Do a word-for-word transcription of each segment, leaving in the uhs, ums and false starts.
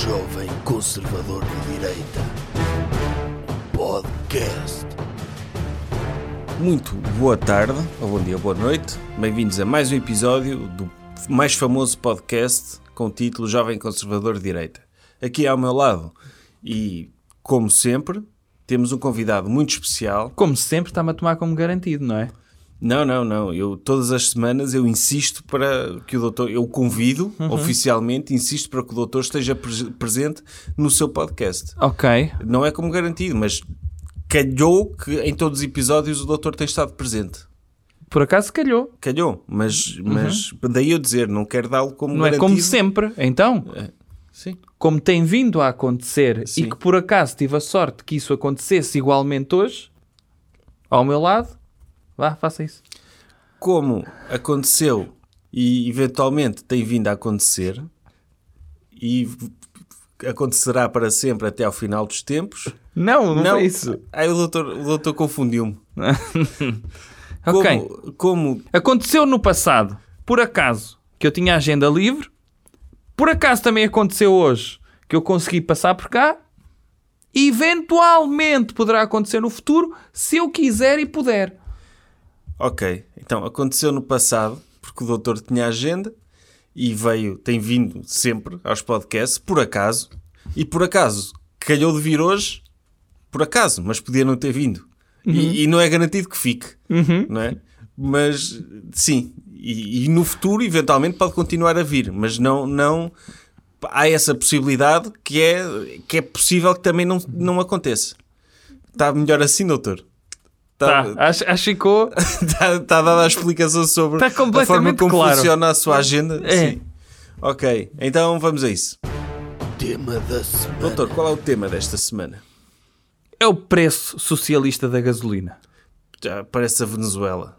Jovem Conservador de Direita. Podcast. Muito boa tarde, ou bom dia, boa noite. Bem-vindos a mais um episódio do mais famoso podcast com o título Jovem Conservador de Direita. Aqui ao meu lado, e como sempre, temos um convidado muito especial. Como sempre, está-me a tomar como garantido, não é? Não, não, não. Eu, todas as semanas eu insisto para que o doutor, eu o convido uhum. oficialmente, insisto para que o doutor esteja pre- presente no seu podcast. Ok. Não é como garantido, mas calhou que em todos os episódios o doutor tem estado presente. Por acaso calhou. Calhou, mas, mas uhum. daí eu dizer, não quero dá-lo como não garantido. Não é como sempre, então. É. Sim. Como tem vindo a acontecer Sim. e que por acaso tive a sorte que isso acontecesse igualmente hoje, ao meu lado, vá, faça isso. Como aconteceu e eventualmente tem vindo a acontecer e acontecerá para sempre até ao final dos tempos. Não, não, não é isso. Aí o doutor, o doutor confundiu-me. Ok. Como, como... Aconteceu no passado, por acaso, que eu tinha agenda livre. Por acaso também aconteceu hoje que eu consegui passar por cá. E eventualmente poderá acontecer no futuro, se eu quiser e puder. Ok, então aconteceu no passado, porque o doutor tinha agenda e veio, tem vindo sempre aos podcasts, por acaso. E por acaso, calhou de vir hoje, por acaso, mas podia não ter vindo. Uhum. E, e não é garantido que fique, uhum. não é? Mas, sim, e, e no futuro, eventualmente, pode continuar a vir, mas não, não... Há essa possibilidade que é, que é possível que também não, não aconteça. Está melhor assim, doutor? Está, tá, acho, acho que ficou... Está, está dada a explicação sobre tá a forma como claro. funciona a sua agenda? É. Sim. Ok, então vamos a isso. Tema da semana. Doutor, qual é o tema desta semana? É o preço socialista da gasolina. Já parece a Venezuela.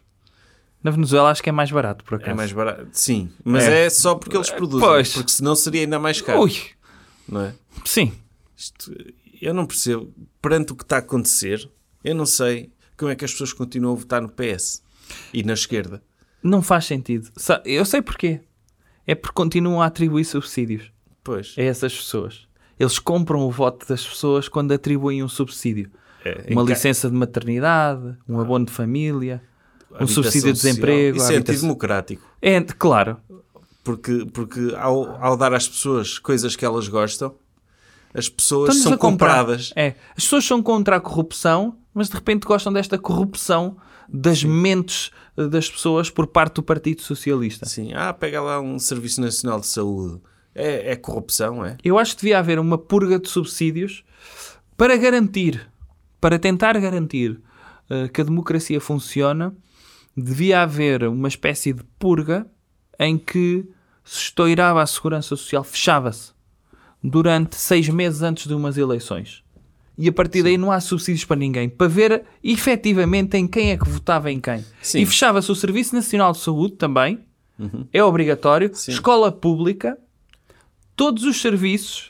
Na Venezuela acho que é mais barato, por acaso. É mais barato, sim. Mas é, é só porque eles produzem. Pois. Porque senão seria ainda mais caro. Ui. Não é? Sim. Isto, eu não percebo. Perante o que está a acontecer, eu não sei como é que as pessoas continuam a votar no P S e na esquerda. Não faz sentido. Eu sei porquê. É porque continuam a atribuir subsídios Pois. a essas pessoas. Eles compram o voto das pessoas quando atribuem um subsídio. É, uma ca... licença de maternidade, um abono de família, um subsídio de social. desemprego. Isso é antidemocrático. É, claro. Porque, porque ao, ao dar às pessoas coisas que elas gostam, as pessoas Estão-lhes são a comprar. compradas. É. As pessoas são contra a corrupção, mas de repente gostam desta corrupção das Sim. mentes das pessoas por parte do Partido Socialista. Sim. Ah, pega lá um Serviço Nacional de Saúde. É, é corrupção, é? Eu acho que devia haver uma purga de subsídios para garantir, para tentar garantir uh, que a democracia funciona. Devia haver uma espécie de purga em que se estourava a segurança social, fechava-se durante seis meses antes de umas eleições. E a partir Sim. daí não há subsídios para ninguém, para ver efetivamente em quem é que votava em quem. Sim. E fechava-se o Serviço Nacional de Saúde também, uhum. é obrigatório, Sim. escola pública, todos os serviços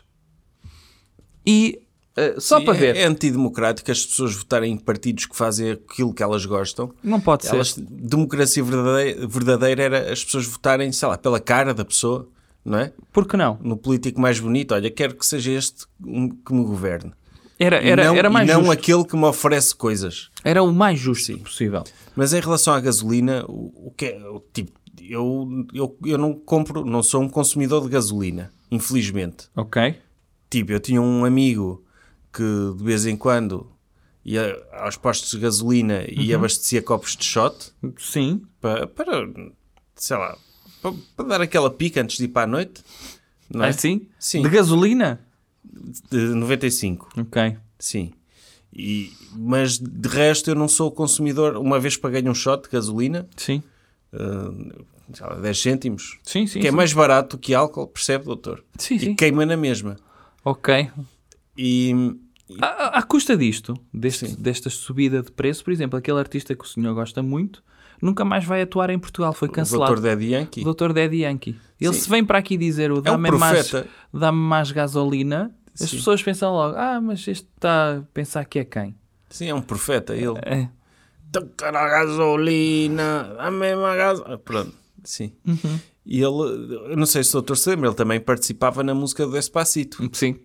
e uh, só Sim, para ver. É, é antidemocrático as pessoas votarem em partidos que fazem aquilo que elas gostam. Não pode elas, ser. Democracia verdadeira, verdadeira era as pessoas votarem, sei lá, pela cara da pessoa, não é? Por que não? No político mais bonito, olha, quero que seja este que me governe. Era, era, não, era mais e não justo. aquele que me oferece coisas. Era o mais justo Sim. possível. Mas em relação à gasolina, o, o que é, o, tipo, eu, eu, eu não compro, não sou um consumidor de gasolina, infelizmente. Ok. Tipo, eu tinha um amigo que de vez em quando ia aos postos de gasolina uhum. e abastecia copos de shot. Sim. Para, para sei lá, para, para dar aquela pica antes de ir para a noite. Não é? Ah, sim? Sim. De gasolina? De noventa e cinco. Ok. Sim. E, mas de resto eu não sou consumidor. Uma vez paguei um shot de gasolina. Sim. Uh, sei lá, dez cêntimos. Sim, sim. Que é sim. mais barato que álcool, percebe, doutor? Sim, e sim. queima na mesma. Ok. E... À, à custa disto, deste, desta subida de preço, por exemplo, aquele artista que o senhor gosta muito, nunca mais vai atuar em Portugal, foi cancelado. O doutor Daddy Yankee. O doutor Daddy Yankee. Ele Sim. se vem para aqui dizer o dá-me, é um mais, profeta. dá-me mais gasolina, as Sim. pessoas pensam logo, ah, mas este está a pensar que é quem? Sim, é um profeta, ele. É. Tocar a gasolina, a mesma gasolina. Pronto, sim. Uhum. E ele, eu não sei se o doutor se lembra, ele também participava na música do Despacito. Sim.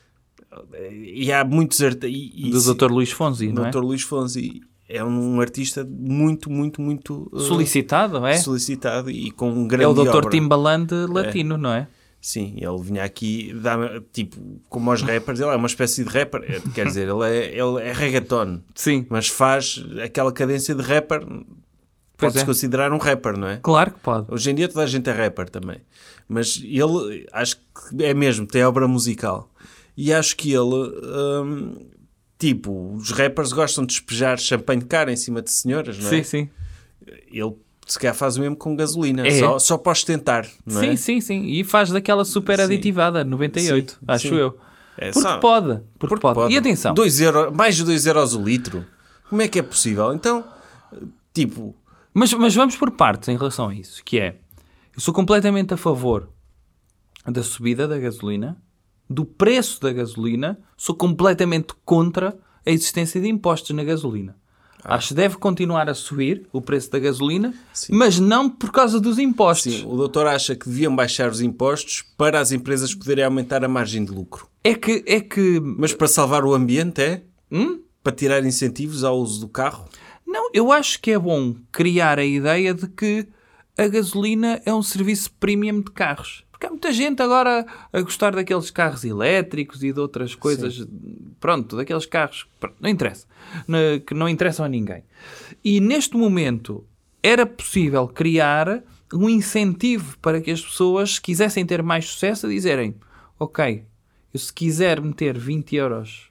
E há muitos artistas... Do doutor Luís Fonsi, não é? doutor Luís Fonsi é um artista muito, muito, muito... Uh, solicitado, é? Solicitado e com um grande É o doutor obra. Timbaland latino, é. Não é? Sim, ele vinha aqui, dá, tipo, como aos rappers, ele é uma espécie de rapper, quer dizer, ele é, ele é reggaeton. Sim. Mas faz aquela cadência de rapper, pode-se é. considerar um rapper, não é? Claro que pode. Hoje em dia toda a gente é rapper também. Mas ele, acho que é mesmo, tem obra musical. E acho que ele, hum, tipo, os rappers gostam de despejar champanhe de cara em cima de senhoras, não é? Sim, sim. Ele, se calhar, faz o mesmo com gasolina, É. só, só para ostentar, não sim, é? sim, sim. E faz daquela super Sim. aditivada, noventa e oito, Sim, acho sim. eu. É, Porque só- pode. Porque, Porque pode. pode. E atenção. Dois euros, mais de dois euros o litro. Como é que é possível? Então, tipo... Mas, mas vamos por partes em relação a isso, que é, eu sou completamente a favor da subida da gasolina, do preço da gasolina, sou completamente contra a existência de impostos na gasolina. Ah. Acho que deve continuar a subir o preço da gasolina, Sim. mas não por causa dos impostos. Sim, o doutor acha que deviam baixar os impostos para as empresas poderem aumentar a margem de lucro. É que, é que... Mas para salvar o ambiente, é? Hum? Para tirar incentivos ao uso do carro? Não, eu acho que é bom criar a ideia de que a gasolina é um serviço premium de carros. Porque há muita gente agora a gostar daqueles carros elétricos e de outras coisas, pronto, daqueles carros, pronto, não interessa, na- que não interessam a ninguém. E neste momento era possível criar um incentivo para que as pessoas, se quisessem ter mais sucesso, a dizerem, ok, eu se quiser meter vinte euros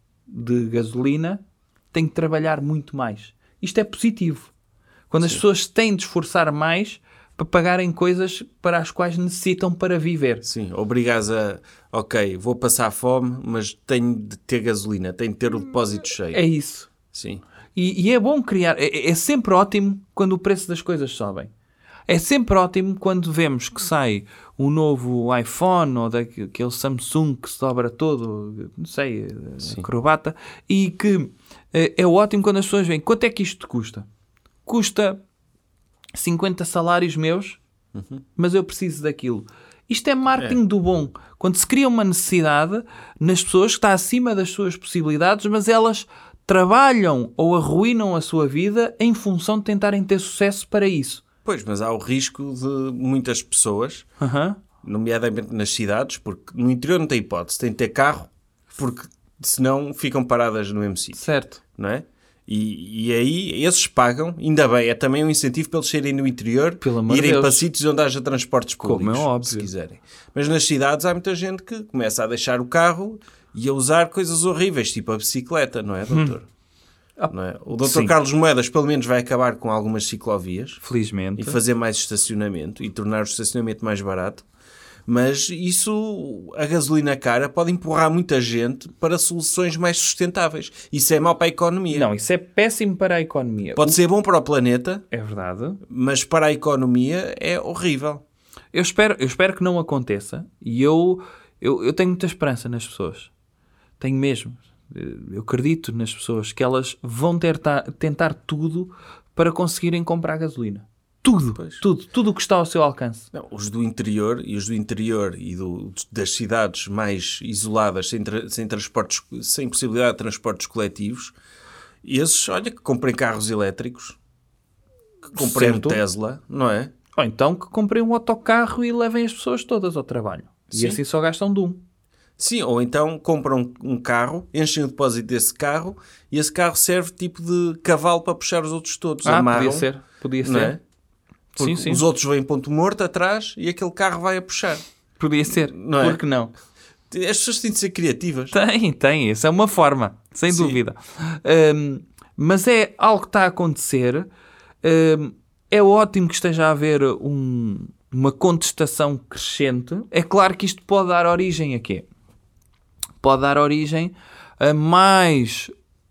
de gasolina, tenho que trabalhar muito mais. Isto é positivo. Quando as pessoas têm de esforçar mais para pagarem coisas para as quais necessitam para viver. Sim, obrigas a... Ok, vou passar fome, mas tenho de ter gasolina, tenho de ter o depósito cheio. É isso. Sim. E, e é bom criar... É, é sempre ótimo quando o preço das coisas sobem. É sempre ótimo quando vemos que sai um novo iPhone ou daquele Samsung que se dobra todo, não sei, acrobata, e que é, é ótimo quando as pessoas veem quanto é que isto custa. Custa cinquenta salários meus, uhum. mas eu preciso daquilo. Isto é marketing é. do bom. Quando se cria uma necessidade nas pessoas que está acima das suas possibilidades, mas elas trabalham ou arruinam a sua vida em função de tentarem ter sucesso para isso. Pois, mas há o risco de muitas pessoas, Uhum. nomeadamente nas cidades, porque no interior não tem hipótese, tem de ter carro, porque senão ficam paradas no mesmo sítio. Certo. Não é? E, e aí esses pagam, ainda bem, é também um incentivo para eles saírem do interior e irem para sítios onde haja transportes públicos, como é óbvio, se quiserem. Mas nas cidades há muita gente que começa a deixar o carro e a usar coisas horríveis, tipo a bicicleta, não é, doutor? Hum. Não é? O doutor Sim. Carlos Moedas pelo menos vai acabar com algumas ciclovias. Felizmente. E fazer mais estacionamento e tornar o estacionamento mais barato. Mas isso, a gasolina cara, pode empurrar muita gente para soluções mais sustentáveis. Isso é mau para a economia. Não, isso é péssimo para a economia. Pode ser bom para o planeta, É verdade. mas para a economia é horrível. Eu espero, eu espero que não aconteça. E eu, eu, eu tenho muita esperança nas pessoas. Tenho mesmo. Eu acredito nas pessoas que elas vão ter, tentar tudo para conseguirem comprar gasolina. Tudo, pois. tudo, tudo o que está ao seu alcance. Não, os do interior e os do interior e do, das cidades mais isoladas, sem, tra sem, transportes, sem possibilidade de transportes coletivos, esses, olha, que comprem carros elétricos, que comprem um Tesla, não é? Ou então que comprem um autocarro e levem as pessoas todas ao trabalho. E Sim. assim só gastam de um. Sim, ou então compram um carro, enchem o depósito desse carro e esse carro serve tipo de cavalo para puxar os outros todos. Ah, amarram, podia ser. Podia ser. Não é? Porque sim, sim. os outros vêm ponto morto atrás e aquele carro vai a puxar. Podia ser. Não é? Por que não? As pessoas têm de ser criativas. Tem, tem. Isso é uma forma. Sem Sim. dúvida. Um, mas é algo que está a acontecer. Um, é ótimo que esteja a haver um, uma contestação crescente. É claro que isto pode dar origem a quê? Pode dar origem a mais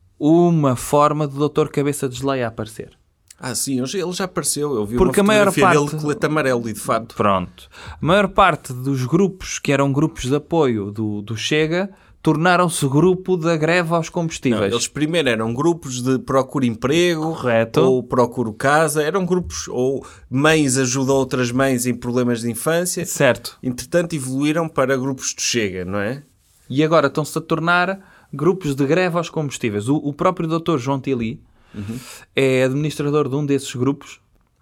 uma forma de doutor Cabeça de Geleia aparecer. Ah, sim, ele já apareceu. Eu vi Porque uma a maior fotografia parte... dele de colete amarelo e de fato. Pronto. A maior parte dos grupos que eram grupos de apoio do, do Chega tornaram-se grupo da greve aos combustíveis. Não, eles primeiro eram grupos de procura emprego, Correto. ou procuro casa, eram grupos, ou mães ajudam outras mães em problemas de infância. Certo. Entretanto, evoluíram para grupos de Chega, não é? E agora estão-se a tornar grupos de greve aos combustíveis. O, o próprio doutor João Tili uhum. é administrador de um desses grupos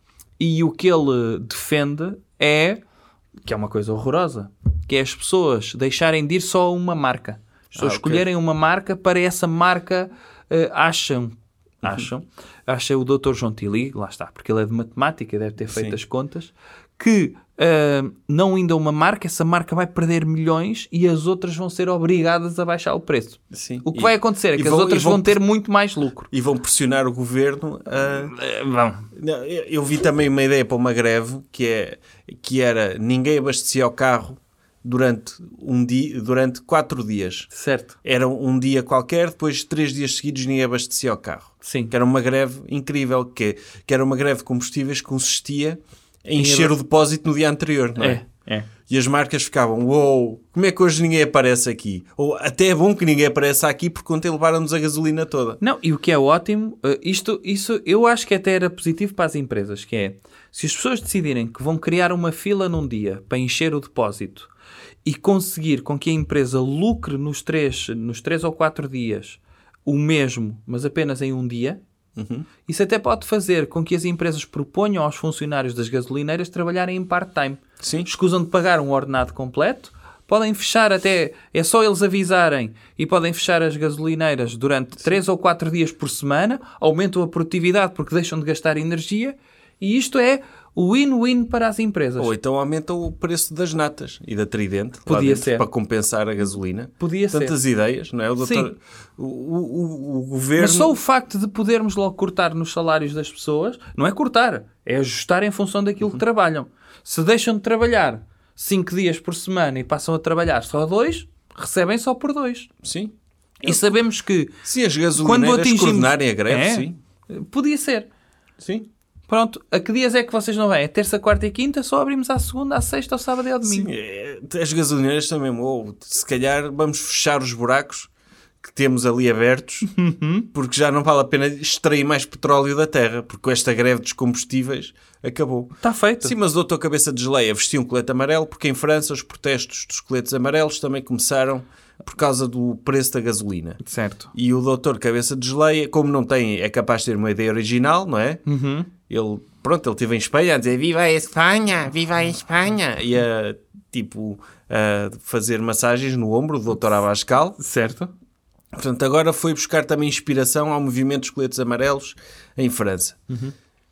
e o que ele defende é, que é uma coisa horrorosa, que é as pessoas deixarem de ir só a uma marca. As pessoas ah, okay. escolherem uma marca para essa marca uh, acham, acham, uhum. acha o doutor João Tili, lá está, porque ele é de matemática, deve ter feito Sim. as contas, que uh, não indo a uma marca, essa marca vai perder milhões e as outras vão ser obrigadas a baixar o preço. Sim. O que e, vai acontecer é que vão, as outras vão, vão ter muito mais lucro. E vão pressionar o governo a... Uh, vão. Eu vi também uma ideia para uma greve que, é, que era ninguém abastecia o carro durante, um dia, durante quatro dias. Certo. Era um dia qualquer, depois de três dias seguidos ninguém abastecia o carro. Sim. Que era uma greve incrível, que, que era uma greve de combustíveis que consistia em encher o depósito no dia anterior, não é? É, é. E as marcas ficavam, uou, wow, como é que hoje ninguém aparece aqui? Ou até é bom que ninguém apareça aqui porque ontem levaram-nos a gasolina toda. Não, e o que é ótimo, isto, isso eu acho que até era positivo para as empresas, que é, se as pessoas decidirem que vão criar uma fila num dia para encher o depósito e conseguir com que a empresa lucre nos três, nos três ou quatro dias o mesmo, mas apenas em um dia, uhum. isso até pode fazer com que as empresas proponham aos funcionários das gasolineiras trabalharem em part-time. Sim. Escusam de pagar um ordenado completo, podem fechar até, é só eles avisarem e podem fechar as gasolineiras durante três ou quatro dias por semana, aumentam a produtividade porque deixam de gastar energia e isto é o win-win para as empresas. Ou então aumentam o preço das natas e da Tridente Podia dentro, ser. Para compensar a gasolina. Podia Tantas ser. Tantas ideias, não é? O, doutor, o, o, o governo... Mas só o facto de podermos logo cortar nos salários das pessoas, não é cortar, é ajustar em função daquilo uhum. que trabalham. Se deixam de trabalhar cinco dias por semana e passam a trabalhar só dois, recebem só por dois. Sim. E Eu... sabemos que... Se as gasolineiras atingimos... coordenarem a greve, é, sim. Podia ser. Sim. Pronto, a que dias é que vocês não vêm? É terça, quarta e quinta, só abrimos à segunda, à sexta, ao sábado e ao domingo. Sim, é, as gasolineiras também, ou se calhar vamos fechar os buracos que temos ali abertos, uhum. porque já não vale a pena extrair mais petróleo da terra, porque esta greve dos combustíveis acabou. Está feito. Sim, mas o doutor Cabeça de Geleia vestiu um colete amarelo, porque em França os protestos dos coletes amarelos também começaram por causa do preço da gasolina. Certo. E o doutor Cabeça de Geleia, como não tem, é capaz de ter uma ideia original, não é? Uhum. Ele, pronto, ele esteve em Espanha a dizer viva a Espanha, viva a Espanha, e a, tipo, a fazer massagens no ombro do doutor Abascal. Certo. Portanto, agora foi buscar também inspiração ao movimento dos coletes amarelos em França. Uhum.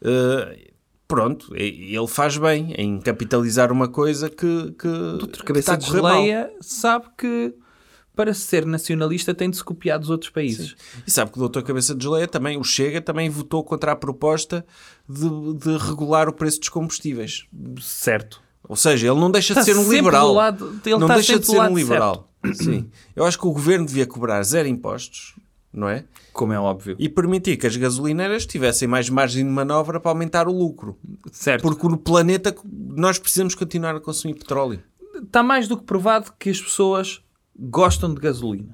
Uh, pronto, ele faz bem em capitalizar uma coisa que, que, o doutor que Cabeça está a de correr mal. Geleia sabe que para ser nacionalista tem de se copiar dos outros países. Sim. E sabe que o doutor Cabeça de Geleia também, o Chega, também votou contra a proposta de, de regular o preço dos combustíveis. Certo. Ou seja, ele não deixa está de ser um sempre liberal. Do lado, ele não está deixa de ser um liberal. Certo. Sim. Eu acho que o governo devia cobrar zero impostos, não é? Como é óbvio. E permitir que as gasolineiras tivessem mais margem de manobra para aumentar o lucro. Certo. Porque no planeta nós precisamos continuar a consumir petróleo. Está mais do que provado que as pessoas gostam de gasolina.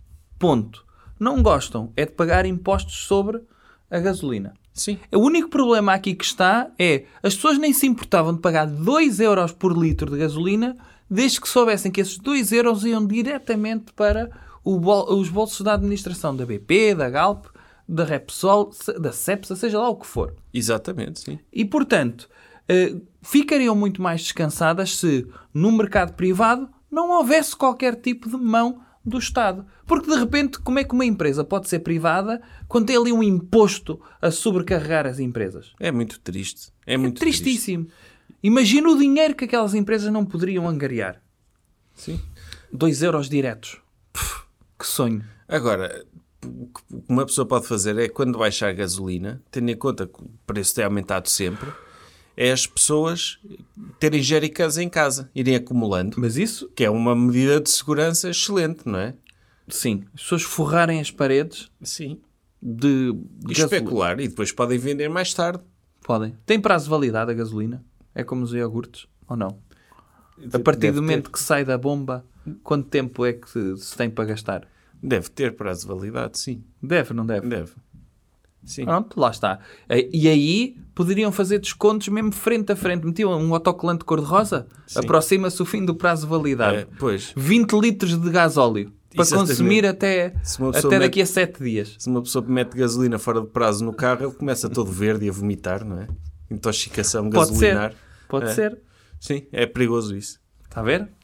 Ponto. Não gostam é de pagar impostos sobre a gasolina. Sim. O único problema aqui que está é as pessoas nem se importavam de pagar dois euros por litro de gasolina desde que soubessem que esses dois euros iam diretamente para o bol- os bolsos da administração da B P, da Galp, da Repsol, da Cepsa, seja lá o que for. Exatamente, sim. E, portanto, uh, ficariam muito mais descansadas se no mercado privado não houvesse qualquer tipo de mão do Estado. Porque, de repente, como é que uma empresa pode ser privada quando tem ali um imposto a sobrecarregar as empresas? É muito triste. É, muito é tristíssimo. Triste. Imagina o dinheiro que aquelas empresas não poderiam angariar. Sim. Dois euros diretos. Puf, que sonho. Agora, o que uma pessoa pode fazer é, quando baixar a gasolina, tendo em conta que o preço tem aumentado sempre, é as pessoas terem jerrycans em casa, irem acumulando. Mas isso... Que é uma medida de segurança excelente, não é? Sim. As pessoas forrarem as paredes... Sim. De, de e especular. E depois podem vender mais tarde. Podem. Tem prazo de validade a gasolina? É como os iogurtes? Ou não? A partir do momento que sai da bomba quanto tempo é que se, se tem para gastar? Deve ter prazo de validade, sim. Deve, não deve? Deve. Sim. Pronto, lá está. E aí poderiam fazer descontos mesmo frente a frente. Metiam um autocolante cor-de-rosa, aproxima-se o fim do prazo de validade. É, pois. vinte litros de gasóleo para Exatamente. consumir até, até daqui mete, a sete dias. Se uma pessoa mete gasolina fora de prazo no carro, ele começa todo verde e a vomitar, não é? Intoxicação Pode gasolinar. ser. Pode é. ser. Sim, é perigoso isso. Está a ver?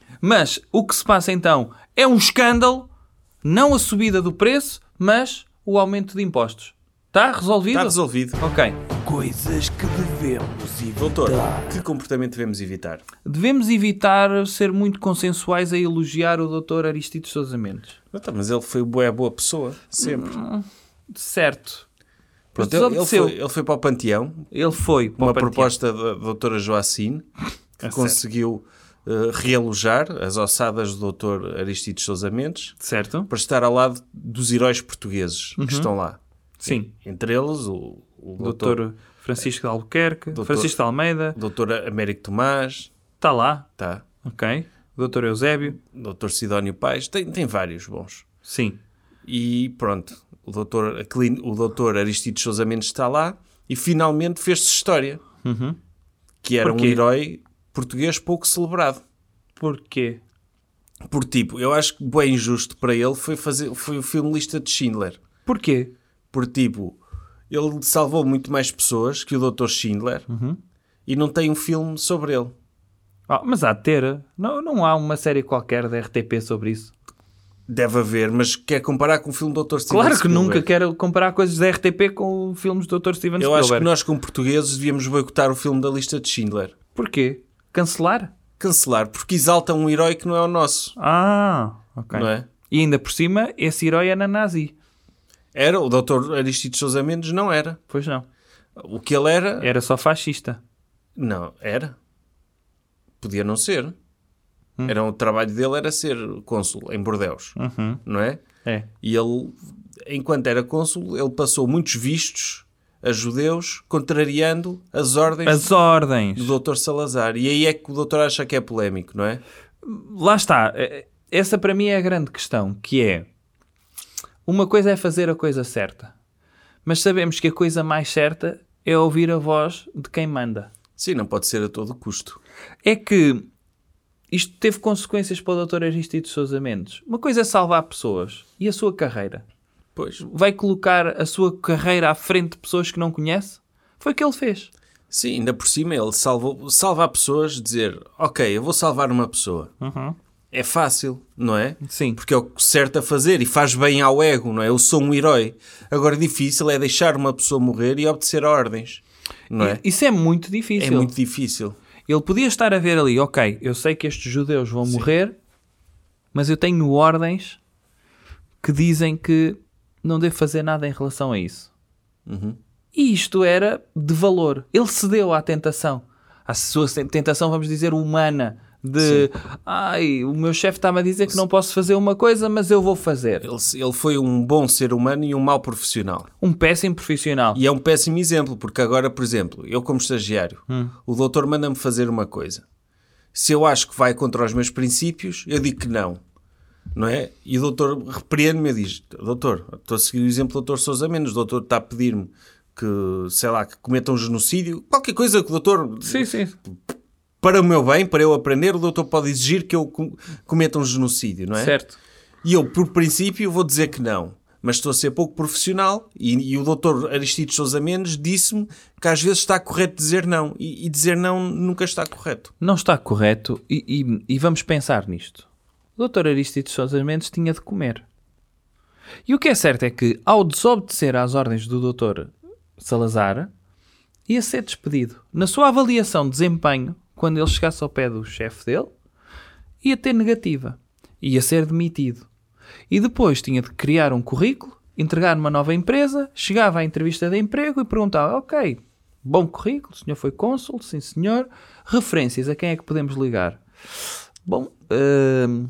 Mas o que se passa então é um escândalo, não a subida do preço, mas o aumento de impostos. Está resolvido? Está resolvido. Ok. Coisas que devemos evitar. Doutor, que comportamento devemos evitar? Devemos evitar ser muito consensuais a elogiar o doutor Aristides Sousa Mendes. Não, tá, mas ele foi boa, boa pessoa, sempre. Hum, certo. Pronto, Mas ele, ele, desobedeceu. foi, ele foi para o Panteão, Ele foi para uma o Panteão. proposta da doutora Joacine, que É conseguiu uh, realojar as ossadas do doutor Aristides Sousa Mendes Certo? para estar ao lado dos heróis portugueses que estão lá. Sim. Entre eles, o, o Doutor doutor, Francisco de Albuquerque, Doutor- Francisco de Almeida, doutor Américo Tomás, está lá. tá, Ok. Doutor Eusébio, doutor Sidónio Paes, tem, tem vários bons. sim. E pronto, o doutor, Aquilino- o doutor Aristides Sousa Mendes está lá e finalmente fez-se história. Uhum. Que era um Porquê? herói português pouco celebrado. Porquê? Por tipo, eu acho que bem injusto para ele foi, fazer, foi o filme Lista de Schindler. Porquê? Por tipo, ele salvou muito mais pessoas que o doutor Schindler e não tem um filme sobre ele. Ah, mas há de ter. Não, não há uma série qualquer da R T P sobre isso. Deve haver, mas quer comparar com o filme do doutor Steven Claro que Spielberg. nunca quero comparar coisas da R T P com filmes do doutor Steven Eu Spielberg. acho que nós, como portugueses, devíamos boicotar o filme da Lista de Schindler. Porquê? Cancelar? Cancelar, porque exalta um herói que não é o nosso. Ah, ok. Não é? E ainda por cima, esse herói era nazi. Era, o doutor Aristides Sousa Mendes não era. Pois não. O que ele era... Era só fascista. Não, era. Podia não ser. Era, o trabalho dele era ser cônsul em Bordeus, Uhum. não é? É. E ele, enquanto era cônsul, ele passou muitos vistos a judeus, contrariando as ordens As ordens. do doutor Salazar. E aí é que o doutor acha que é polémico, não é? Lá está. Essa para mim é a grande questão, que é... Uma coisa é fazer a coisa certa. Mas sabemos que a coisa mais certa é ouvir a voz de quem manda. Sim, não pode ser a todo custo. É que isto teve consequências para o doutor Aristides Sousa Mendes. Uma coisa é salvar pessoas e a sua carreira. Pois. Vai colocar a sua carreira à frente de pessoas que não conhece? Foi o que ele fez. Sim, ainda por cima ele salvou, salvar pessoas, dizer, ok, eu vou salvar uma pessoa. Uhum. É fácil, não é? Sim. Porque é o certo a fazer e faz bem ao ego, não é? Eu sou um herói. Agora, difícil é deixar uma pessoa morrer e obedecer a ordens, não é? Isso é muito difícil. É muito difícil. Ele podia estar a ver ali, ok, eu sei que estes judeus vão morrer, mas eu tenho ordens que dizem que não devo fazer nada em relação a isso. Uhum. E isto era de valor. Ele cedeu à tentação. À sua tentação, vamos dizer, humana. De, ai, o meu chefe está-me a dizer que não posso fazer uma coisa, mas eu vou fazer. Ele, ele foi um bom ser humano e um mau profissional. Um péssimo profissional. E é um péssimo exemplo, porque agora, por exemplo, eu como estagiário, Hum. o doutor manda-me fazer uma coisa. Se eu acho que vai contra os meus princípios, eu digo que não. Não é? E o doutor repreende-me e diz, doutor, estou a seguir o exemplo do doutor Sousa Mendes, o doutor está a pedir-me que, sei lá, que cometa um genocídio, qualquer coisa que o doutor... Sim, sim. Para o meu bem, para eu aprender, o doutor pode exigir que eu com- cometa um genocídio, não é? Certo. E eu, por princípio, vou dizer que não. Mas estou a ser pouco profissional e, e o doutor Aristides Sousa Mendes disse-me que às vezes está correto dizer não. E, e dizer não nunca está correto. Não está correto e, e, e vamos pensar nisto. O doutor Aristides Sousa Mendes tinha de comer. E o que é certo é que, ao desobedecer às ordens do doutor Salazar, ia ser despedido. Na sua avaliação de desempenho, quando ele chegasse ao pé do chefe dele, ia ter negativa. Ia ser demitido. E depois tinha de criar um currículo, entregar numa nova empresa, chegava à entrevista de emprego e perguntava, ok, bom currículo, o senhor foi cônsul, sim senhor, referências, a quem é que podemos ligar? Bom, hum,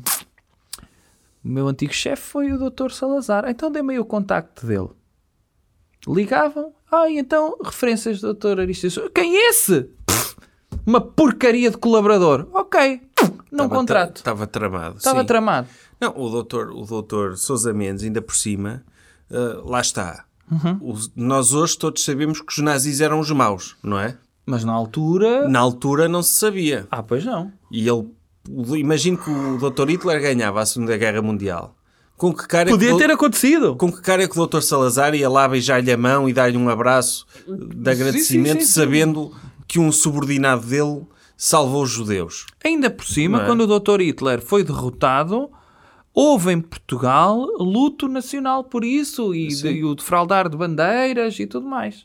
o meu antigo chefe foi o doutor Salazar, então dê-me aí o contacto dele. Ligavam, ah, então referências do doutor Aristides. Quem é esse? Uma porcaria de colaborador. Ok, não Estava contrato. Estava tramado. Estava sim. tramado. Não, o doutor, o doutor Sousa Mendes, ainda por cima, uh, lá está. Uhum. Os, nós hoje todos sabemos que os nazis eram os maus, não é? Mas na altura... Na altura não se sabia. Ah, pois não. E ele, imagino que o doutor Hitler ganhava a Segunda Guerra Mundial. Com que cara Podia é que, ter acontecido. Com que cara é que o doutor Salazar ia lá beijar-lhe a mão e dar-lhe um abraço de agradecimento, sim, sim, sim. sabendo que um subordinado dele salvou os judeus? Ainda por cima, Não é? quando o doutor Hitler foi derrotado, houve em Portugal luto nacional por isso e, de, e o defraudar de bandeiras e tudo mais.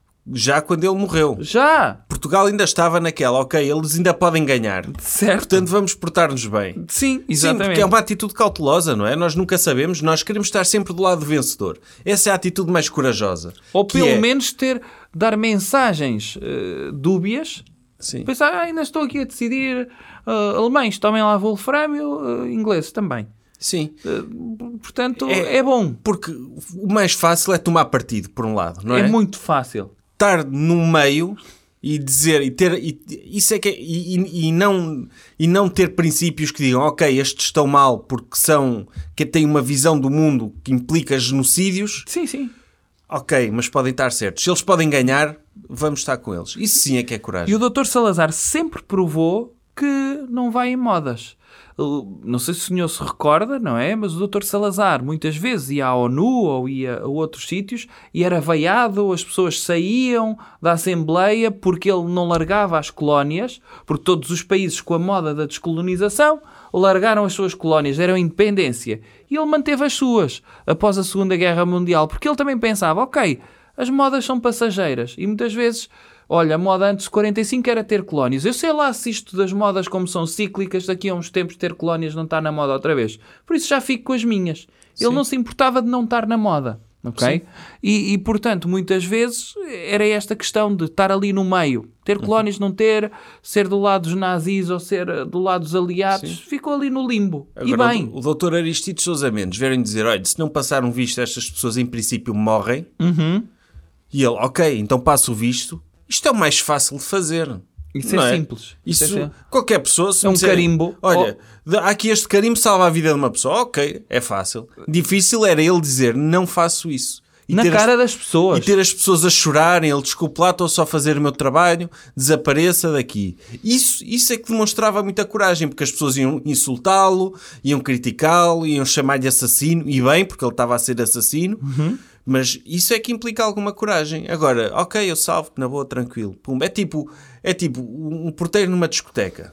Já quando ele morreu. Já! Portugal ainda estava naquela, ok, eles ainda podem ganhar. Certo. Portanto, vamos portar-nos bem. Sim, Sim, exatamente. porque é uma atitude cautelosa, não é? Nós nunca sabemos, nós queremos estar sempre do lado do vencedor. Essa é a atitude mais corajosa. Ou que pelo é... menos ter, dar mensagens uh, dúbias. Sim. Pensar, ah, ainda estou aqui a decidir, uh, alemães tomem lá wolframio, uh, ingleses também. Sim. Uh, portanto, É- é, bom. Porque o mais fácil é tomar partido, por um lado, não é? É muito fácil. Estar no meio e dizer, e ter, e, isso é que é- e, e- e não, e não ter princípios que digam, ok, estes estão mal porque são, que têm uma visão do mundo que implica genocídios, Sim, sim. ok, mas podem estar certos. Se eles podem ganhar, vamos estar com eles. Isso sim é que é coragem. E o doutor Salazar sempre provou que não vai em modas. Uh, Não sei se o senhor se recorda, não é? Mas o doutor Salazar muitas vezes ia à ONU ou ia a outros sítios e era vaiado, as pessoas saíam da Assembleia porque ele não largava as colónias, porque todos os países com a moda da descolonização largaram as suas colónias, deram independência. E ele manteve as suas após a Segunda Guerra Mundial, porque ele também pensava, ok, as modas são passageiras e muitas vezes... Olha, a moda antes de quarenta e cinco era ter colónias. Eu sei lá se isto das modas, como são cíclicas, daqui a uns tempos ter colónias não está na moda outra vez. Por isso já fico com as minhas. Ele Sim. não se importava de não estar na moda. Ok? E, e, portanto, muitas vezes era esta questão de estar ali no meio. Ter colónias, não ter, ser do lado dos nazis ou ser do lado dos aliados. Sim. Ficou ali no limbo. Agora, e bem. o, o doutor Aristides Sousa Mendes vieram dizer, olha, se não passar um visto, estas pessoas em princípio morrem. Uhum. E ele, ok, então passa o visto. Isto é o mais fácil de fazer. Isso não é simples. Isso, Isso é- qualquer pessoa... Se É me um disser, carimbo. Olha, de- há aqui este carimbo salva a vida de uma pessoa. Ok, é fácil. Difícil era ele dizer, não faço isso. E Na ter cara as, das pessoas. E ter as pessoas a chorarem, ele, desculpe lá, estou só a fazer o meu trabalho, desapareça daqui. Isso, isso é que demonstrava muita coragem, porque as pessoas iam insultá-lo, iam criticá-lo, iam chamar-lhe assassino, e bem, porque ele estava a ser assassino, Uhum. mas isso é que implica alguma coragem. Agora, ok, eu salvo-te na boa, tranquilo. Pum, é tipo, é tipo um porteiro numa discoteca.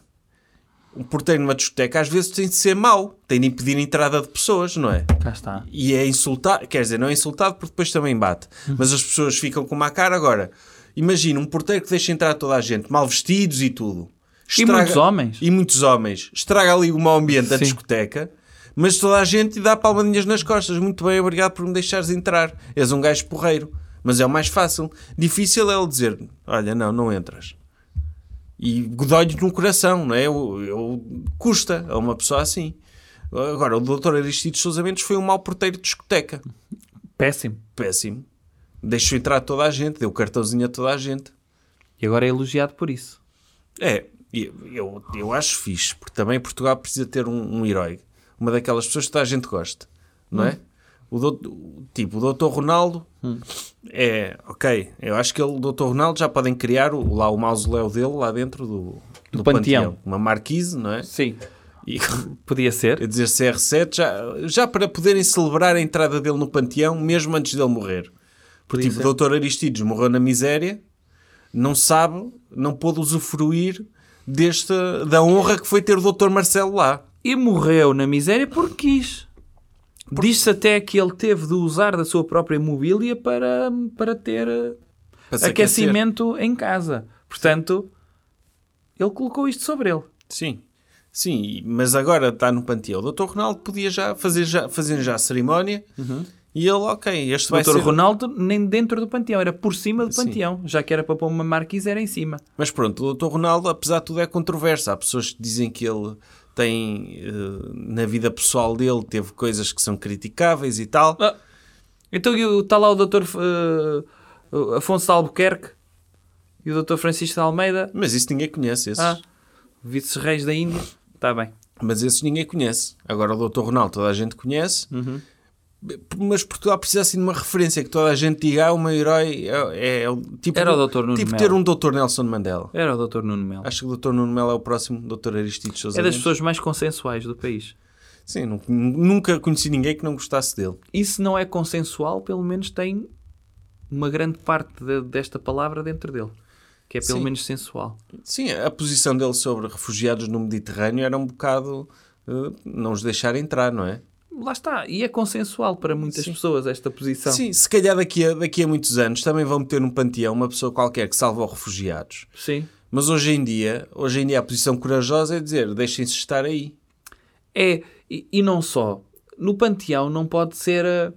Um porteiro numa discoteca às vezes tem de ser mau, tem de impedir a entrada de pessoas, não é? Cá está. E é insultado, quer dizer, não é insultado porque depois também bate. Mas as pessoas ficam com uma cara. Agora, imagina um porteiro que deixa entrar toda a gente, mal vestidos e tudo. E muitos homens. E muitos homens. Estraga ali o mau ambiente da Sim. discoteca, mas toda a gente lhe dá palmadinhas nas costas. Muito bem, obrigado por me deixares entrar. És um gajo porreiro. Mas é o mais fácil. Difícil é ele dizer, olha, não, não entras. E dói-lhe no coração, não é? Eu, eu, custa a uma pessoa assim. Agora, o doutor Aristides Sousa Mendes foi um mau porteiro de discoteca. Péssimo. Péssimo. Deixou entrar toda a gente, deu cartãozinho a toda a gente. E agora é elogiado por isso. É, eu, eu, eu acho fixe, porque também Portugal precisa ter um, um herói. Uma daquelas pessoas que toda a gente gosta, não é? O doutor, tipo, o doutor Ronaldo hum. é, ok, eu acho que ele, o doutor Ronaldo já podem criar o, lá o mausoléu dele, lá dentro do, do, Do Panteão. Panteão. Uma marquise, não é? Sim. E, Podia ser. quer dizer, C R sete, já, já para poderem celebrar a entrada dele no Panteão, mesmo antes dele morrer. Porque Podia tipo, ser. o doutor Aristides morreu na miséria, não sabe, não pôde usufruir deste, da honra que foi ter o doutor Marcelo lá. E morreu na miséria porque quis. Diz-se até que ele teve de usar da sua própria mobília para, para ter eh, Para se aquecimento em casa. Portanto, ele colocou isto sobre ele. Sim, sim, mas agora está no Panteão. O doutor Ronaldo podia já fazer já, fazer já a cerimónia e ele, ok, este O vai doutor ser... Ronaldo nem dentro do Panteão, era por cima do Sim. Panteão. Já que era para pôr uma marquise, era em cima. Mas pronto, o doutor Ronaldo, apesar de tudo, é controverso. Há pessoas que dizem que ele tem, eh, na vida pessoal dele, teve coisas que são criticáveis e tal. Ah, então está lá o doutor uh, Afonso de Albuquerque e o doutor Francisco de Almeida, Mas isso ninguém conhece, esses. ah, vice-reis da Índia. está bem. Mas esses ninguém conhece. Agora o doutor Ronaldo toda a gente conhece. Uhum. Mas Portugal precisa assim de uma referência que toda a gente diga, ah, o meu herói é, é o tipo, Era o doutor Nuno tipo Melo. ter um doutor Nelson Mandela. Era o doutor Nuno Melo. Acho que o doutor Nuno Melo é o próximo doutor Aristides Sousa É das Mendes. pessoas mais consensuais do país. Sim, nu- nunca conheci ninguém que não gostasse dele. E se não é consensual, pelo menos tem uma grande parte de- desta palavra dentro dele. Que é pelo Sim. menos sensual. Sim, a posição dele sobre refugiados no Mediterrâneo era um bocado uh, não os deixar entrar, não é? Lá está. E é consensual para muitas Sim. pessoas esta posição. Sim, se calhar daqui a, daqui a muitos anos também vão meter num panteão uma pessoa qualquer que salva os refugiados. Sim. Mas hoje em dia, hoje em dia a posição corajosa é dizer, deixem-se estar aí. É, e, e não só. No panteão não pode ser... uh,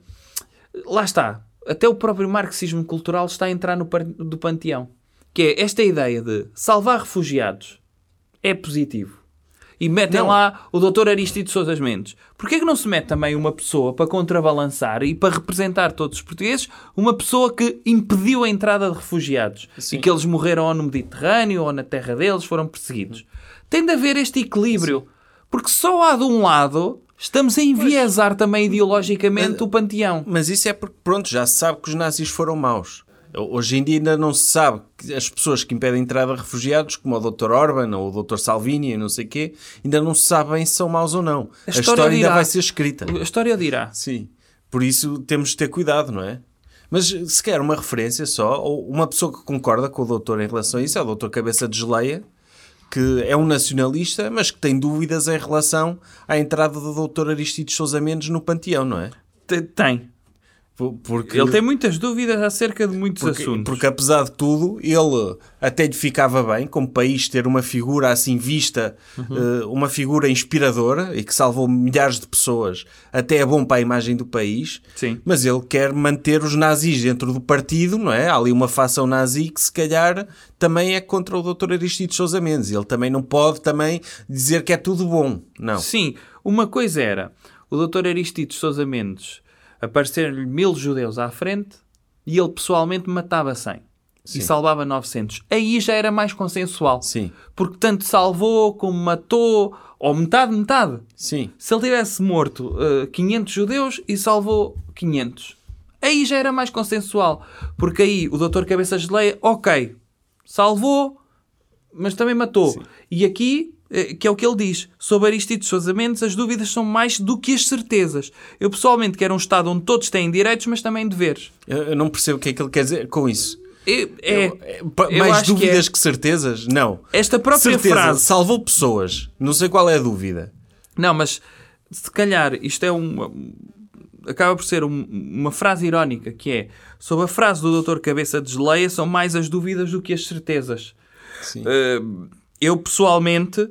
Lá está. Até o próprio marxismo cultural está a entrar no par- do panteão. Que é esta ideia de salvar refugiados é positivo. E metem Não. lá o doutor Aristides Sousa Mendes. Porquê é que não se mete também uma pessoa para contrabalançar e para representar todos os portugueses, uma pessoa que impediu a entrada de refugiados Sim. e que eles morreram ou no Mediterrâneo ou na terra deles, foram perseguidos? Tem de haver este equilíbrio. Porque só há de um lado estamos a enviesar também ideologicamente o panteão. Mas isso é porque, pronto, já se sabe que os nazis foram maus. Hoje em dia ainda não se sabe que as pessoas que impedem a entrada de refugiados, como o doutor Orban ou o doutor Salvini e não sei o quê, ainda não se sabem se são maus ou não. A história, história ainda dirá. vai ser escrita. A história dirá. Sim. Por isso temos de ter cuidado, não é? Mas se quer uma referência só, ou uma pessoa que concorda com o doutor em relação a isso, é o doutor Cabeça de Geleia, que é um nacionalista, mas que tem dúvidas em relação à entrada do doutor Aristides Sousa Mendes no panteão, não é? Te- Tem. Porque... Ele tem muitas dúvidas acerca de muitos Porque, assuntos. porque apesar de tudo, ele até lhe ficava bem, como país, ter uma figura assim vista, Uhum. uh, uma figura inspiradora e que salvou milhares de pessoas, até é bom para a imagem do país. Sim. Mas ele quer manter os nazis dentro do partido, não é? Há ali uma facção nazi que se calhar também é contra o doutor Aristides Sousa Mendes. Ele também não pode também dizer que é tudo bom. Não. Sim, uma coisa era o doutor Aristides Sousa Mendes aparecer-lhe mil judeus à frente e ele pessoalmente matava cem. Sim. E salvava novecentos. Aí já era mais consensual. Sim. Porque tanto salvou como matou, ou metade, metade. Sim. Se ele tivesse morto uh, quinhentos judeus e salvou quinhentos, aí já era mais consensual. Porque aí o doutor Cabeça de Geleia, ok, salvou, mas também matou. Sim. E aqui, eh, que é o que ele diz, sobre Aristides Sousa Mendes, as dúvidas são mais do que as certezas. Eu pessoalmente quero um Estado onde todos têm direitos, mas também deveres. Eu, eu não percebo o que é que ele quer dizer com isso. É, é, Eu- é, pa- eu mais acho que dúvidas é- que, certezas? Não. esta própria Certeza, frase... salvou pessoas. Não sei qual é a dúvida. Não, mas se calhar isto é uma... acaba por ser um- uma frase irónica, que é, sobre a frase do doutor Cabeça de Geleia, são mais as dúvidas do que as certezas. Sim. Uh, eu, pessoalmente,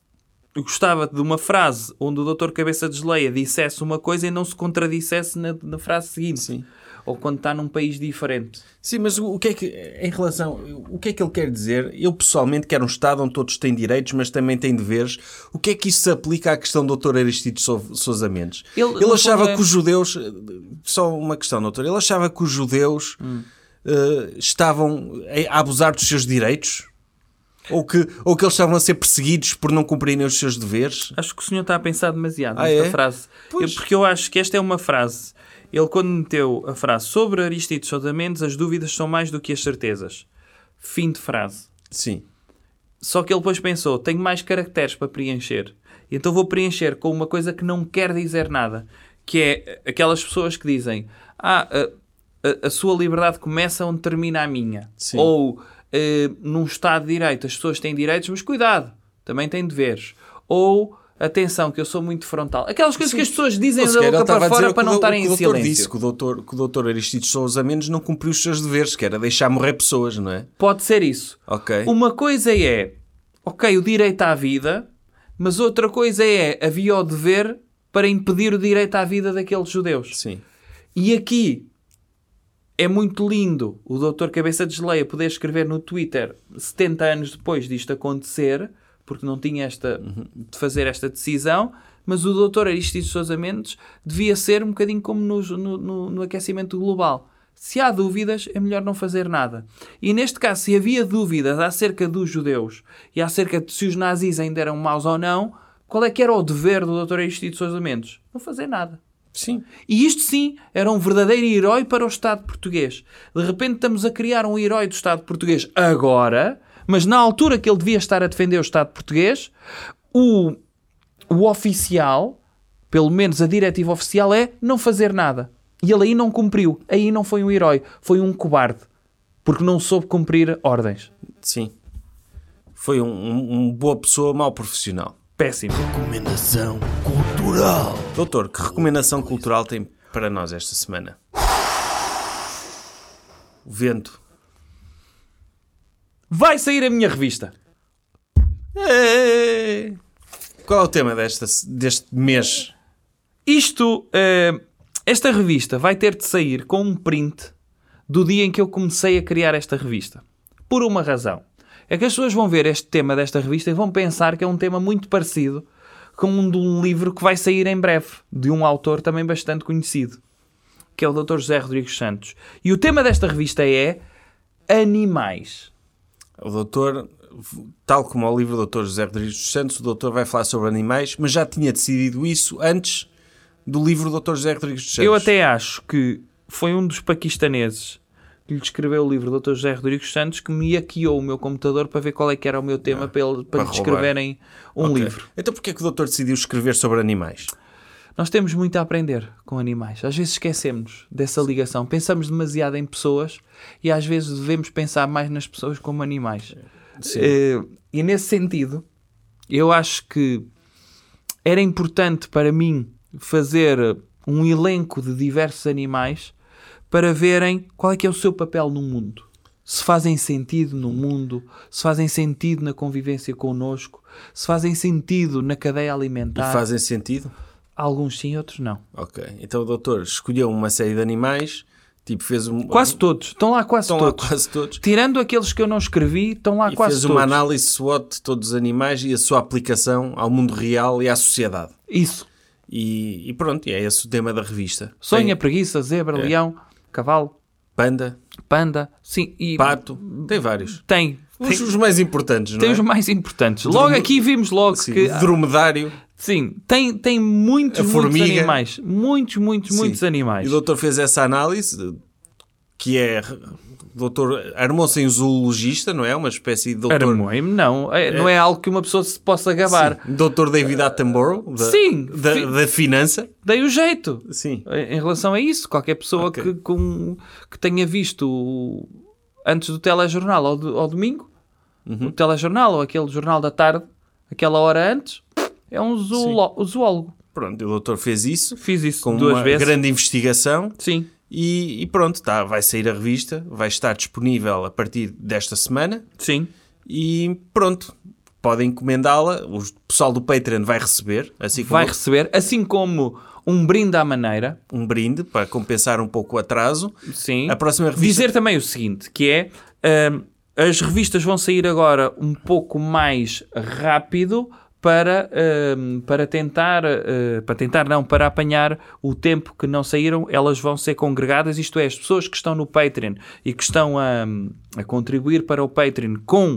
gostava de uma frase onde o doutor Cabeça de Geleia dissesse uma coisa e não se contradissesse na, na frase seguinte. Sim. Ou quando está num país diferente. Sim, mas o o que é que, em relação, o que é que ele quer dizer? Eu pessoalmente quero um Estado onde todos têm direitos, mas também têm deveres. O que é que isso se aplica à questão do doutor Aristides Sou- Sousa Mendes? Ele- Ele, no achava fundo é- que os judeus, só uma questão, doutor, ele achava que os judeus Hum. eh, estavam a abusar dos seus direitos? Ou que, ou que eles estavam a ser perseguidos por não cumprirem os seus deveres? Acho que o senhor está a pensar demasiado Ah, nesta é? frase. Pois. Eu- porque eu acho que esta é uma frase. Ele, quando meteu a frase sobre Aristides Sousa Mendes, as dúvidas são mais do que as certezas. Fim de frase. Sim. Só que ele depois pensou, tenho mais caracteres para preencher. Então vou preencher com uma coisa que não quer dizer nada. Que é aquelas pessoas que dizem, ah, a, a, a sua liberdade começa onde termina a minha. Sim. Ou, eh, num Estado de Direito, as pessoas têm direitos, mas cuidado, também têm deveres. Ou, atenção, que eu sou muito frontal. Aquelas coisas Sim. que as pessoas dizem Ou da sequer, ele boca estava para a dizer fora o que para o não do- estarem o em que o doutor silêncio. disse, que o doutor, que o doutor Aristides Sousa Mendes não cumpriu os seus deveres, que era deixar morrer pessoas, não é? Pode ser isso. Ok. Uma coisa é, ok, o direito à vida, mas outra coisa é, havia o dever para impedir o direito à vida daqueles judeus. Sim. E aqui é muito lindo o doutor Cabeça de Geleia poder escrever no Twitter setenta anos depois disto acontecer, porque não tinha esta, de fazer esta decisão, mas o doutor Aristides Sousa Mendes devia ser um bocadinho como no, no, no, no aquecimento global. Se há dúvidas, é melhor não fazer nada. E neste caso, se havia dúvidas acerca dos judeus e acerca de se os nazis ainda eram maus ou não, Qual é que era o dever do doutor Aristides Sousa Mendes? Não fazer nada. Sim. E isto sim era um verdadeiro herói para o Estado português. De repente estamos a criar um herói do Estado português agora, mas na altura que ele devia estar a defender o Estado português, o, o oficial, pelo menos a diretiva oficial, é não fazer nada. E ele aí não cumpriu. Aí não foi um herói. Foi um cobarde. Porque não soube cumprir ordens. Sim. Foi um, um, um boa pessoa, mau profissional. Péssimo. Recomendação cultural. Doutor, que recomendação cultural tem para nós esta semana? O vento. Vai sair a minha revista. Ei! Qual é o tema desta, deste mês? Isto, uh, esta revista vai ter de sair com um print do dia em que eu comecei a criar esta revista. Por uma razão. É que as pessoas vão ver este tema desta revista e vão pensar que é um tema muito parecido com um de um livro que vai sair em breve, de um autor também bastante conhecido, que é o doutor José Rodrigues Santos. E o tema desta revista é animais. O doutor, tal como o livro do doutor José Rodrigues dos Santos, o doutor vai falar sobre animais, mas já tinha decidido isso antes do livro do doutor José Rodrigues dos Santos. Eu até acho que foi um dos paquistaneses que lhe escreveu o livro do doutor José Rodrigues Santos que me hackeou o meu computador para ver qual é que era o meu tema ah, para, ele, para, para lhe escreverem um okay. livro. Então porquê é que o doutor decidiu escrever sobre animais? Nós temos muito a aprender com animais. Às vezes esquecemos dessa ligação. Pensamos demasiado em pessoas e às vezes devemos pensar mais nas pessoas como animais. Sim. Uh, e nesse sentido, eu acho que era importante para mim fazer um elenco de diversos animais para verem qual é que é o seu papel no mundo. Se fazem sentido no mundo, se fazem sentido na convivência connosco, se fazem sentido na cadeia alimentar. E fazem sentido? Alguns sim, outros não. Ok. Então o doutor escolheu uma série de animais, tipo fez um... Quase todos. Estão lá quase estão todos. Lá quase todos. Tirando aqueles que eu não escrevi, estão lá e quase todos. todos. E fez uma análise SWOT de todos os animais e a sua aplicação ao mundo real e à sociedade. Isso. E, e pronto, e é esse o tema da revista. Sonha, tem... preguiça, zebra, é. leão, cavalo, panda, panda, sim, e pato, tem vários. Tem. Os, tem os mais importantes, não tem é? os mais importantes. Logo Drum... aqui vimos logo sim, que... dromedário. Sim, tem, tem muitos, muitos animais. Muitos, muitos, sim. muitos animais. E o doutor fez essa análise, que é... O doutor armou-se em zoologista, não é? Uma espécie de doutor... Armou-me, não. É, é... Não é algo que uma pessoa se possa gabar. Sim. doutor David Attenborough, da, sim, da, fi... da finança. Dei o jeito. Sim. Em relação a isso, qualquer pessoa okay. que, com, que tenha visto o, antes do telejornal ao, do, ao domingo, uhum. o telejornal ou aquele jornal da tarde, aquela hora antes, é um zoolo- zoólogo. Pronto, o doutor fez isso. Fiz isso com duas uma vezes. grande investigação. Sim. E, e pronto, tá, vai sair a revista, vai estar disponível a partir desta semana. Sim. E pronto, podem encomendá-la. O pessoal do Patreon vai receber. Assim como vai receber, assim como um brinde à maneira. Um brinde, para compensar um pouco o atraso. Sim. A próxima revista... Dizer também o seguinte, que é... Uh, as revistas vão sair agora um pouco mais rápido... Para, uh, para tentar, uh, para tentar não, para apanhar o tempo que não saíram, elas vão ser congregadas, isto é, as pessoas que estão no Patreon e que estão a, a contribuir para o Patreon com,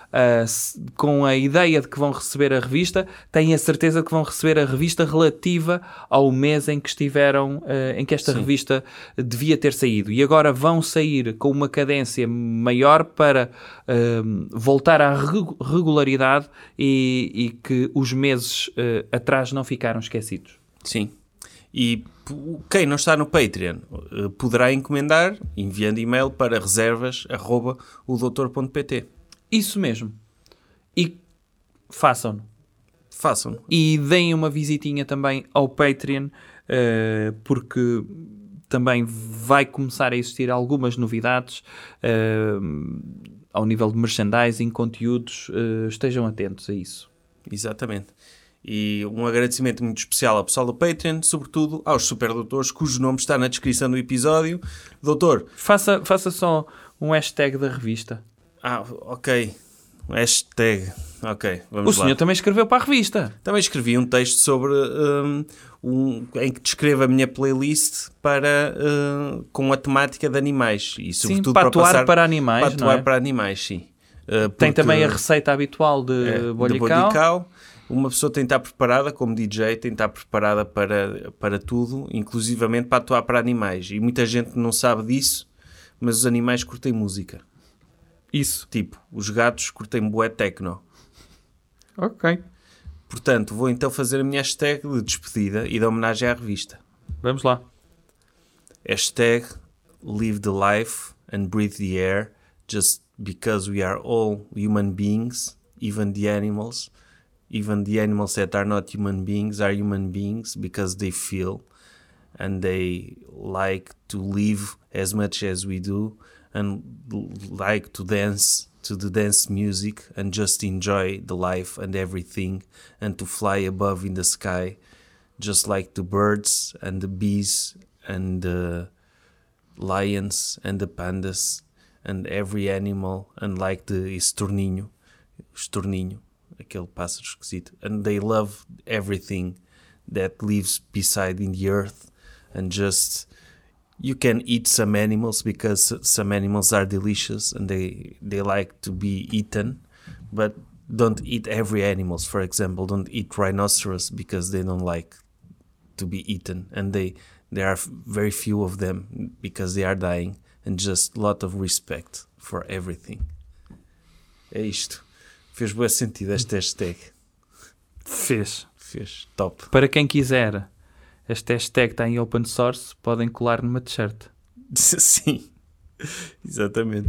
uh, com a ideia de que vão receber a revista, têm a certeza que vão receber a revista relativa ao mês em que estiveram, uh, em que esta Sim. revista devia ter saído. E agora vão sair com uma cadência maior para uh, voltar à regularidade e, e que os meses uh, atrás não ficaram esquecidos. Sim. E quem não está no Patreon uh, poderá encomendar enviando e-mail para reservas arroba o doutor ponto pt. Isso mesmo. E façam-no. Façam-no. E deem uma visitinha também ao Patreon, uh, porque também vai começar a existir algumas novidades uh, ao nível de merchandising, conteúdos. Uh, estejam atentos a isso. Exatamente. E um agradecimento muito especial ao pessoal do Patreon, sobretudo aos superdoutores, cujo nome está na descrição do episódio. Doutor... Faça, faça só um hashtag da revista. Ah, ok. Um hashtag. Ok, vamos o lá. senhor também escreveu para a revista. Também escrevi um texto sobre... Um, um, em que descrevo a minha playlist para, uh, com a temática de animais. E, sobretudo, sim, para, para atuar passar, para animais, para atuar não é? para animais, sim. Uh, Tem também a receita habitual de é, bollicau. De bollicau. uma pessoa tem de estar preparada, como D J, tem de estar preparada para, para tudo, inclusivamente para atuar para animais. E muita gente não sabe disso, mas os animais curtem música. Isso. Tipo, os gatos curtem bué techno. Ok. Portanto, vou então fazer a minha hashtag de despedida e de homenagem à revista. Vamos lá. Hashtag live the life and breathe the air just because we are all human beings, even the animals. Even the animals that are not human beings are human beings because they feel and they like to live as much as we do and like to dance to the dance music and just enjoy the life and everything and to fly above in the sky just like the birds and the bees and the lions and the pandas and every animal and like the estorninho, estorninho, aquele pássaro esquisito. And they love everything that lives beside in the earth and just you can eat some animals because some animals are delicious and they, they like to be eaten, but don't eat every animals. For example, don't eat rhinoceros because they don't like to be eaten and they there are very few of them because they are dying and just a lot of respect for everything. É isto. Fez bom sentido esta hashtag. Fez. Fez. Top. Para quem quiser, esta hashtag está em open source, podem colar numa t-shirt. Sim. Exatamente.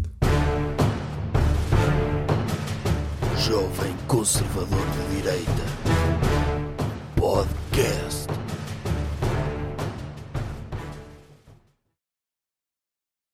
Jovem Conservador de Direita. Podcast.